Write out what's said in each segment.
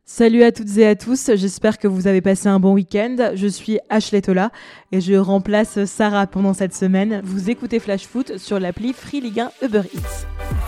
Salut à toutes et à tous, j'espère que vous avez passé un bon week-end. Je suis Ashley Tola et je remplace Sarah pendant cette semaine. Vous écoutez Flash Foot sur l'appli Free Ligue 1 Uber Eats.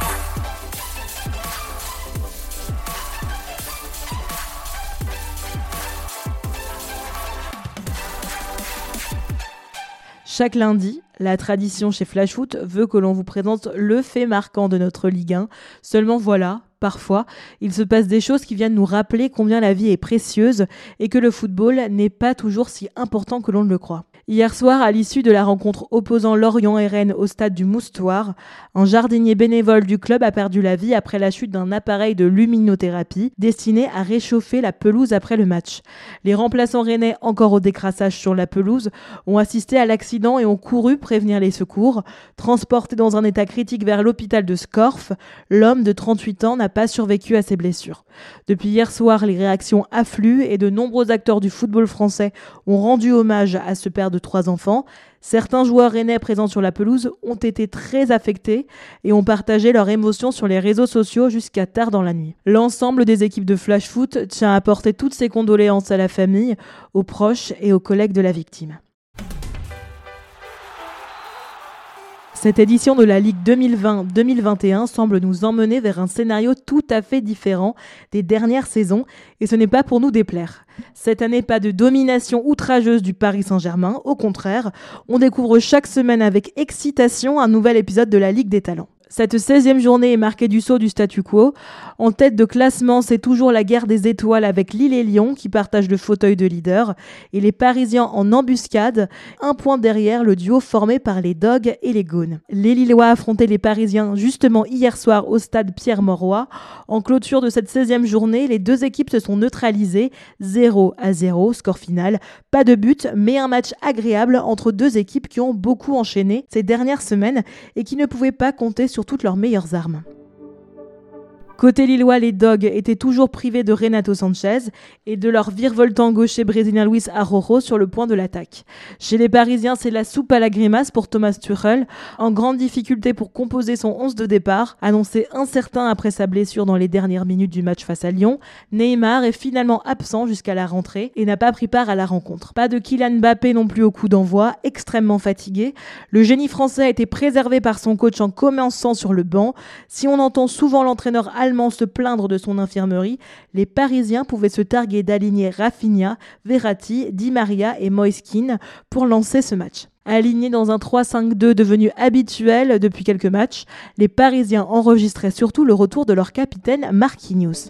Chaque lundi, la tradition chez Flash Foot veut que l'on vous présente le fait marquant de notre Ligue 1. Seulement voilà, parfois, il se passe des choses qui viennent nous rappeler combien la vie est précieuse et que le football n'est pas toujours si important que l'on ne le croit. Hier soir, à l'issue de la rencontre opposant Lorient et Rennes au stade du Moustoir, un jardinier bénévole du club a perdu la vie après la chute d'un appareil de luminothérapie destiné à réchauffer la pelouse après le match. Les remplaçants rennais, encore au décrassage sur la pelouse, ont assisté à l'accident et ont couru prévenir les secours. Transporté dans un état critique vers l'hôpital de Scorff, l'homme de 38 ans n'a pas survécu à ses blessures. Depuis hier soir, les réactions affluent et de nombreux acteurs du football français ont rendu hommage à ce père de 3 enfants. Certains joueurs rennais présents sur la pelouse ont été très affectés et ont partagé leurs émotions sur les réseaux sociaux jusqu'à tard dans la nuit. L'ensemble des équipes de Flash Foot tient à porter toutes ses condoléances à la famille, aux proches et aux collègues de la victime. Cette édition de la Ligue 2020-2021 semble nous emmener vers un scénario tout à fait différent des dernières saisons et ce n'est pas pour nous déplaire. Cette année, pas de domination outrageuse du Paris Saint-Germain, au contraire, on découvre chaque semaine avec excitation un nouvel épisode de la Ligue des Talents. Cette 16e journée est marquée du saut du statu quo. En tête de classement, c'est toujours la guerre des étoiles avec Lille et Lyon qui partagent le fauteuil de leader et les Parisiens en embuscade, un point derrière le duo formé par les Dogs et les Gaunes. Les Lillois affrontaient les Parisiens justement hier soir au stade Pierre-Mauroy. En clôture de cette 16e journée, les deux équipes se sont neutralisées 0-0, score final. Pas de but, mais un match agréable entre deux équipes qui ont beaucoup enchaîné ces dernières semaines et qui ne pouvaient pas compter sur toutes leurs meilleures armes. Côté lillois, les Dogs étaient toujours privés de Renato Sanchez et de leur virevoltant gaucher brésilien Luis Arrojo sur le point de l'attaque. Chez les Parisiens, c'est la soupe à la grimace pour Thomas Tuchel, en grande difficulté pour composer son 11 de départ, annoncé incertain après sa blessure dans les dernières minutes du match face à Lyon. Neymar est finalement absent jusqu'à la rentrée et n'a pas pris part à la rencontre. Pas de Kylian Mbappé non plus au coup d'envoi, extrêmement fatigué. Le génie français a été préservé par son coach en commençant sur le banc. Si on entend souvent l'entraîneur allemand se plaindre de son infirmerie, les Parisiens pouvaient se targuer d'aligner Rafinha, Verratti, Di Maria et Moise Kean pour lancer ce match. Alignés dans un 3-5-2 devenu habituel depuis quelques matchs, les Parisiens enregistraient surtout le retour de leur capitaine Marquinhos.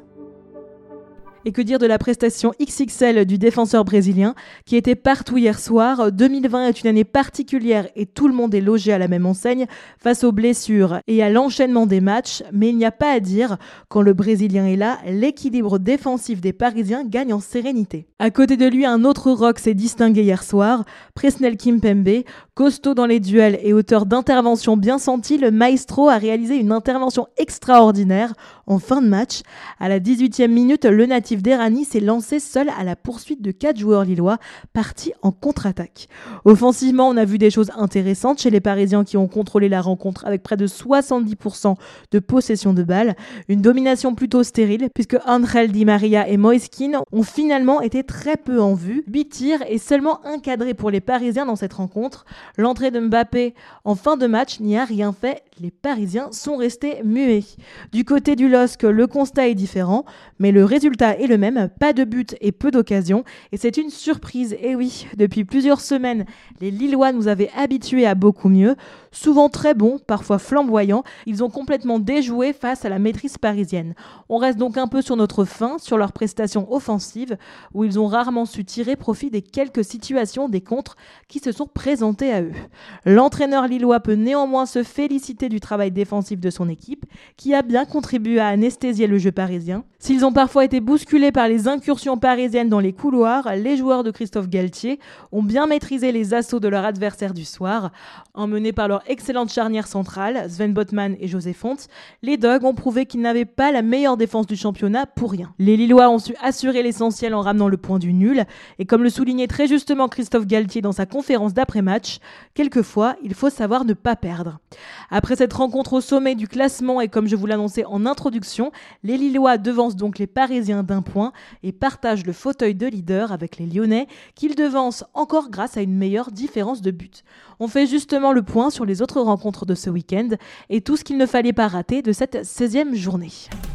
Et que dire de la prestation XXL du défenseur brésilien qui était partout hier soir. 2020 est une année particulière et tout le monde est logé à la même enseigne face aux blessures et à l'enchaînement des matchs. Mais il n'y a pas à dire, quand le Brésilien est là, l'équilibre défensif des Parisiens gagne en sérénité. À côté de lui, un autre rock s'est distingué hier soir, Presnel Kimpembe. Costaud dans les duels et auteur d'interventions bien senties, le maestro a réalisé une intervention extraordinaire en fin de match. À la 18e minute, le natif d'Erani s'est lancé seul à la poursuite de 4 joueurs lillois partis en contre-attaque. Offensivement, on a vu des choses intéressantes chez les Parisiens qui ont contrôlé la rencontre avec près de 70% de possession de balle. Une domination plutôt stérile puisque Ángel Di Maria et Moise Kean ont finalement été très peu en vue. 8 tirs et seulement un cadré pour les Parisiens dans cette rencontre. L'entrée de Mbappé en fin de match n'y a rien fait. Les Parisiens sont restés muets. Du côté du LOSC, le constat est différent, mais le résultat est le même, pas de but et peu d'occasions, et c'est une surprise. Et oui, depuis plusieurs semaines, les Lillois nous avaient habitués à beaucoup mieux, souvent très bons, parfois flamboyants, ils ont complètement déjoué face à la maîtrise parisienne. On reste donc un peu sur notre faim, sur leurs prestations offensives, où ils ont rarement su tirer profit des quelques situations des contres qui se sont présentées à eux. L'entraîneur lillois peut néanmoins se féliciter du travail défensif de son équipe, qui a bien contribué à anesthésier le jeu parisien. S'ils ont parfois été bousculés par les incursions parisiennes dans les couloirs, les joueurs de Christophe Galtier ont bien maîtrisé les assauts de leur adversaire du soir. Emmenés par leur excellente charnière centrale, Sven Botman et José Font, les Dogs ont prouvé qu'ils n'avaient pas la meilleure défense du championnat pour rien. Les Lillois ont su assurer l'essentiel en ramenant le point du nul, et comme le soulignait très justement Christophe Galtier dans sa conférence d'après-match, quelquefois, il faut savoir ne pas perdre. Après cette rencontre au sommet du classement et comme je vous l'annonçais en introduction, les Lillois devancent donc les Parisiens d'un point et partagent le fauteuil de leader avec les Lyonnais qu'ils devancent encore grâce à une meilleure différence de but. On fait justement le point sur les autres rencontres de ce week-end et tout ce qu'il ne fallait pas rater de cette 16e journée.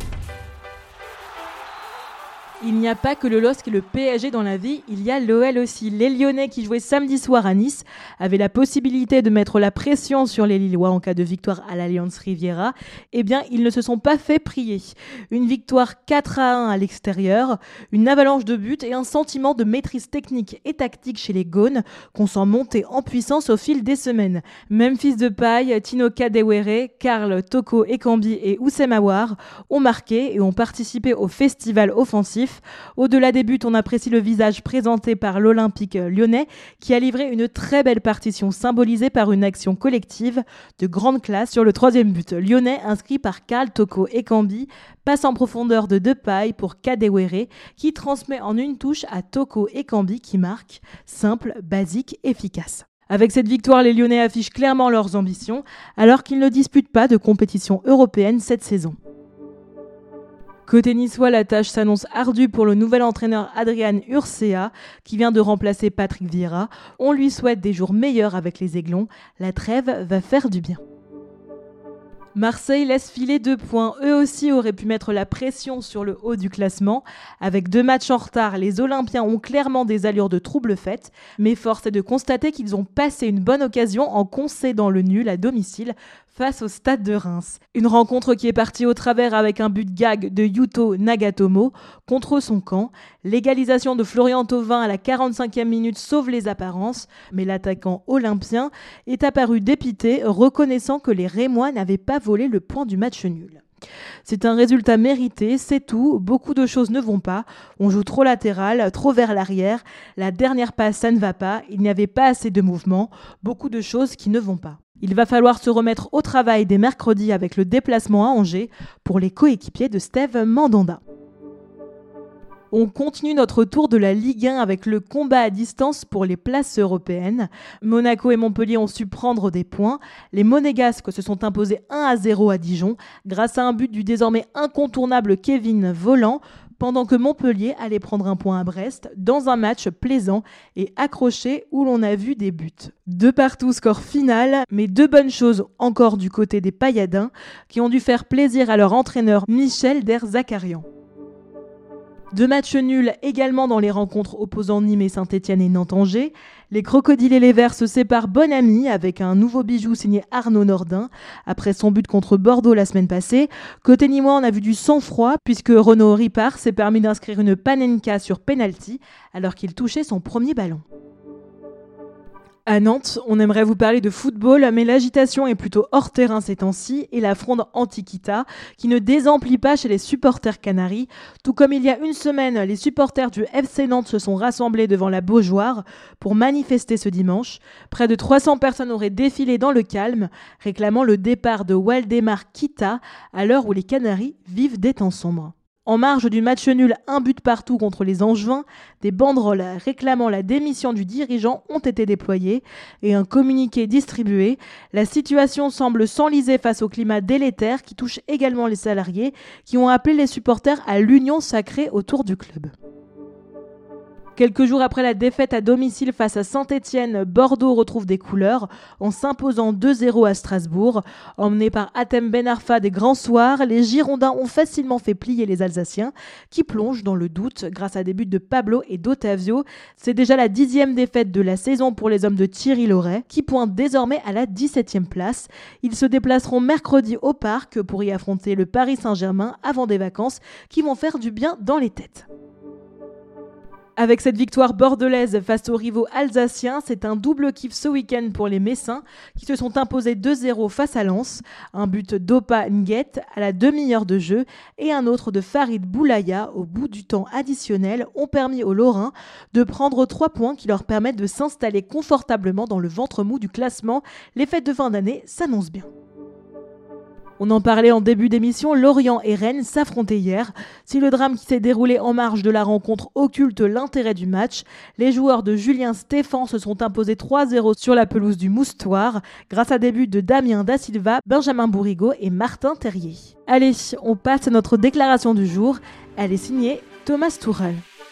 Il n'y a pas que le LOSC et le PSG dans la vie, il y a l'OL aussi. Les Lyonnais qui jouaient samedi soir à Nice avaient la possibilité de mettre la pression sur les Lillois en cas de victoire à l'Allianz Riviera. Eh bien, ils ne se sont pas fait prier. Une victoire 4-1 à l'extérieur, une avalanche de buts et un sentiment de maîtrise technique et tactique chez les Gaunes qu'on sent monter en puissance au fil des semaines. Memphis Depay, Tino Kadewere, Karl Toko Ekambi et Oussem Aouar ont marqué et ont participé au festival offensif. Au-delà des buts, on apprécie le visage présenté par l'Olympique lyonnais qui a livré une très belle partition symbolisée par une action collective de grande classe sur le 3e but lyonnais inscrit par Karl Toko Ekambi, passe en profondeur de Depay pour Kadewere qui transmet en une touche à Toko Ekambi qui marque, simple, basique, efficace. Avec cette victoire, les Lyonnais affichent clairement leurs ambitions alors qu'ils ne disputent pas de compétition européenne cette saison. Côté niçois, la tâche s'annonce ardue pour le nouvel entraîneur Adrian Urcea qui vient de remplacer Patrick Vieira. On lui souhaite des jours meilleurs avec les Aiglons. La trêve va faire du bien. Marseille laisse filer 2 points. Eux aussi auraient pu mettre la pression sur le haut du classement. Avec 2 matchs en retard, les Olympiens ont clairement des allures de trouble fête. Mais force est de constater qu'ils ont passé une bonne occasion en concédant le nul à domicile face au Stade de Reims. Une rencontre qui est partie au travers avec un but gag de Yuto Nagatomo contre son camp. L'égalisation de Florian Thauvin à la 45e minute sauve les apparences, mais l'attaquant olympien est apparu dépité, reconnaissant que les Rémois n'avaient pas volé le point du match nul. C'est un résultat mérité, c'est tout, beaucoup de choses ne vont pas, on joue trop latéral, trop vers l'arrière, la dernière passe ça ne va pas, il n'y avait pas assez de mouvement, beaucoup de choses qui ne vont pas. Il va falloir se remettre au travail dès mercredi avec le déplacement à Angers pour les coéquipiers de Steve Mandanda. On continue notre tour de la Ligue 1 avec le combat à distance pour les places européennes. Monaco et Montpellier ont su prendre des points. Les Monégasques se sont imposés 1-0 à Dijon grâce à un but du désormais incontournable Kevin Volland, pendant que Montpellier allait prendre un point à Brest dans un match plaisant et accroché où l'on a vu des buts. 2 partout score final, mais 2 bonnes choses encore du côté des Payadins qui ont dû faire plaisir à leur entraîneur Michel Derzakarian. 2 matchs nuls également dans les rencontres opposant Nîmes et Saint-Etienne et Nantes-Angers. Les Crocodiles et les Verts se séparent bon ami avec un nouveau bijou signé Arnaud Nordin après son but contre Bordeaux la semaine passée. Côté nîmois, on a vu du sang-froid puisque Renaud Ripard s'est permis d'inscrire une panenka sur penalty alors qu'il touchait son premier ballon. À Nantes, on aimerait vous parler de football, mais l'agitation est plutôt hors terrain ces temps-ci et la fronde Antiquita qui ne désemplit pas chez les supporters canaris. Tout comme il y a une semaine, les supporters du FC Nantes se sont rassemblés devant la Beaujoire pour manifester ce dimanche. Près de 300 personnes auraient défilé dans le calme, réclamant le départ de Waldemar Kita à l'heure où les Canaris vivent des temps sombres. En marge du match nul 1 but partout contre les Angevins, des banderoles réclamant la démission du dirigeant ont été déployées et un communiqué distribué. La situation semble s'enliser face au climat délétère qui touche également les salariés qui ont appelé les supporters à l'union sacrée autour du club. Quelques jours après la défaite à domicile face à Saint-Etienne, Bordeaux retrouve des couleurs en s'imposant 2-0 à Strasbourg. Emmenés par Hatem Ben Arfa des grands soirs, les Girondins ont facilement fait plier les Alsaciens qui plongent dans le doute grâce à des buts de Pablo et d'Otavio. C'est déjà la 10e défaite de la saison pour les hommes de Thierry Loret qui pointent désormais à la 17e place. Ils se déplaceront mercredi au Parc pour y affronter le Paris Saint-Germain avant des vacances qui vont faire du bien dans les têtes. Avec cette victoire bordelaise face aux rivaux alsaciens, c'est un double kiff ce week-end pour les Messins qui se sont imposés 2-0 face à Lens. Un but d'Opa Nguet à la demi-heure de jeu et un autre de Farid Boulaya au bout du temps additionnel ont permis aux Lorrains de prendre 3 points qui leur permettent de s'installer confortablement dans le ventre mou du classement. Les fêtes de fin d'année s'annoncent bien. On en parlait en début d'émission, Lorient et Rennes s'affrontaient hier. Si le drame qui s'est déroulé en marge de la rencontre occulte l'intérêt du match, les joueurs de Julien Stéphan se sont imposés 3-0 sur la pelouse du Moustoir grâce à des buts de Damien Da Silva, Benjamin Bourigeaud et Martin Terrier. Allez, on passe à notre déclaration du jour. Elle est signée Thomas Tuchel.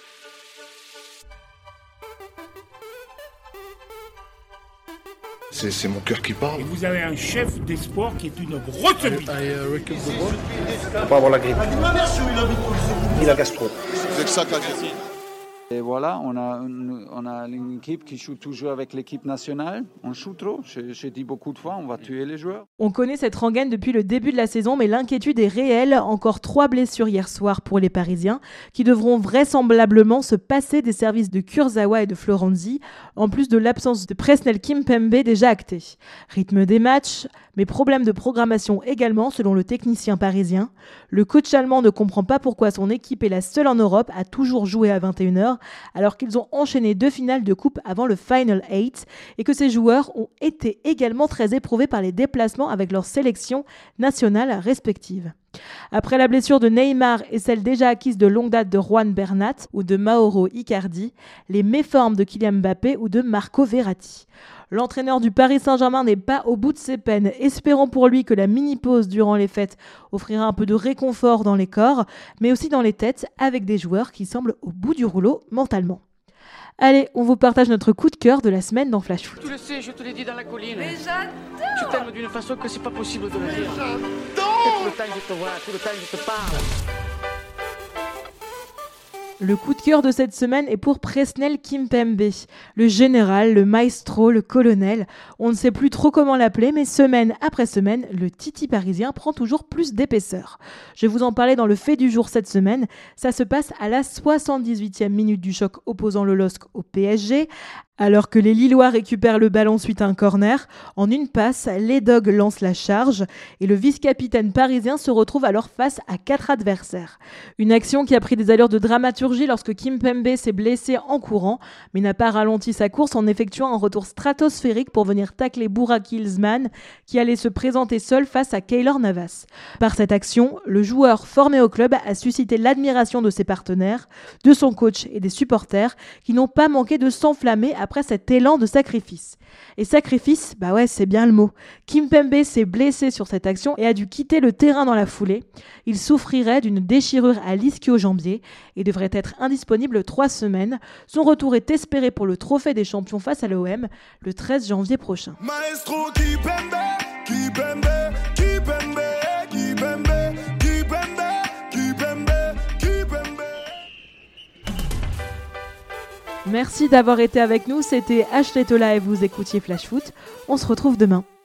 C'est mon cœur qui parle. Et vous avez un chef d'espoir qui est une grosse bite. Il faut pas avoir la grippe. Il a gastro. C'est ça qu'a dit. Et voilà, on a une équipe qui joue toujours avec l'équipe nationale. On joue trop, j'ai dit beaucoup de fois, on va tuer les joueurs. On connaît cette rengaine depuis le début de la saison, mais l'inquiétude est réelle. Encore 3 blessures hier soir pour les Parisiens, qui devront vraisemblablement se passer des services de Kurzawa et de Florenzi, en plus de l'absence de Presnel Kimpembe déjà actée. Rythme des matchs, mais problème de programmation également, selon le technicien parisien. Le coach allemand ne comprend pas pourquoi son équipe est la seule en Europe à toujours jouer à 21h, alors qu'ils ont enchaîné 2 finales de coupe avant le Final 8 et que ces joueurs ont été également très éprouvés par les déplacements avec leurs sélections nationales respectives. Après la blessure de Neymar et celle déjà acquise de longue date de Juan Bernat ou de Mauro Icardi, les méformes de Kylian Mbappé ou de Marco Verratti. L'entraîneur du Paris Saint-Germain n'est pas au bout de ses peines. Espérons pour lui que la mini-pause durant les fêtes offrira un peu de réconfort dans les corps, mais aussi dans les têtes, avec des joueurs qui semblent au bout du rouleau mentalement. Allez, on vous partage notre coup de cœur de la semaine dans Flash Foot. Tu le sais, je te l'ai dit dans la colline. Mais j'adore! Tu t'aimes d'une façon que c'est pas possible de le dire. J'adore! Tout le temps je te vois, tout le temps je te parle. Le coup de cœur de cette semaine est pour Presnel Kimpembe, le général, le maestro, le colonel. On ne sait plus trop comment l'appeler, mais semaine après semaine, le Titi parisien prend toujours plus d'épaisseur. Je vais vous en parler dans le fait du jour cette semaine. Ça se passe à la 78e minute du choc opposant le LOSC au PSG. Alors que les Lillois récupèrent le ballon suite à un corner, en une passe, les Dogs lancent la charge et le vice-capitaine parisien se retrouve alors face à 4 adversaires. Une action qui a pris des allures de dramaturgie lorsque Kimpembe s'est blessé en courant, mais n'a pas ralenti sa course en effectuant un retour stratosphérique pour venir tacler Burak Yilmaz qui allait se présenter seul face à Keylor Navas. Par cette action, le joueur formé au club a suscité l'admiration de ses partenaires, de son coach et des supporters qui n'ont pas manqué de s'enflammer après cet élan de sacrifice. Et sacrifice, bah ouais, c'est bien le mot. Kimpembe s'est blessé sur cette action et a dû quitter le terrain dans la foulée. Il souffrirait d'une déchirure à l'ischio-jambier et devrait être indisponible 3 semaines. Son retour est espéré pour le trophée des champions face à l'OM le 13 janvier prochain. Maestro Kimpembe, Kimpembe, Kimpembe, Kimpembe, Kimpembe, Kimpembe, Kimpembe. Merci d'avoir été avec nous, c'était Ashley Tola et vous écoutiez Flash Foot. On se retrouve demain.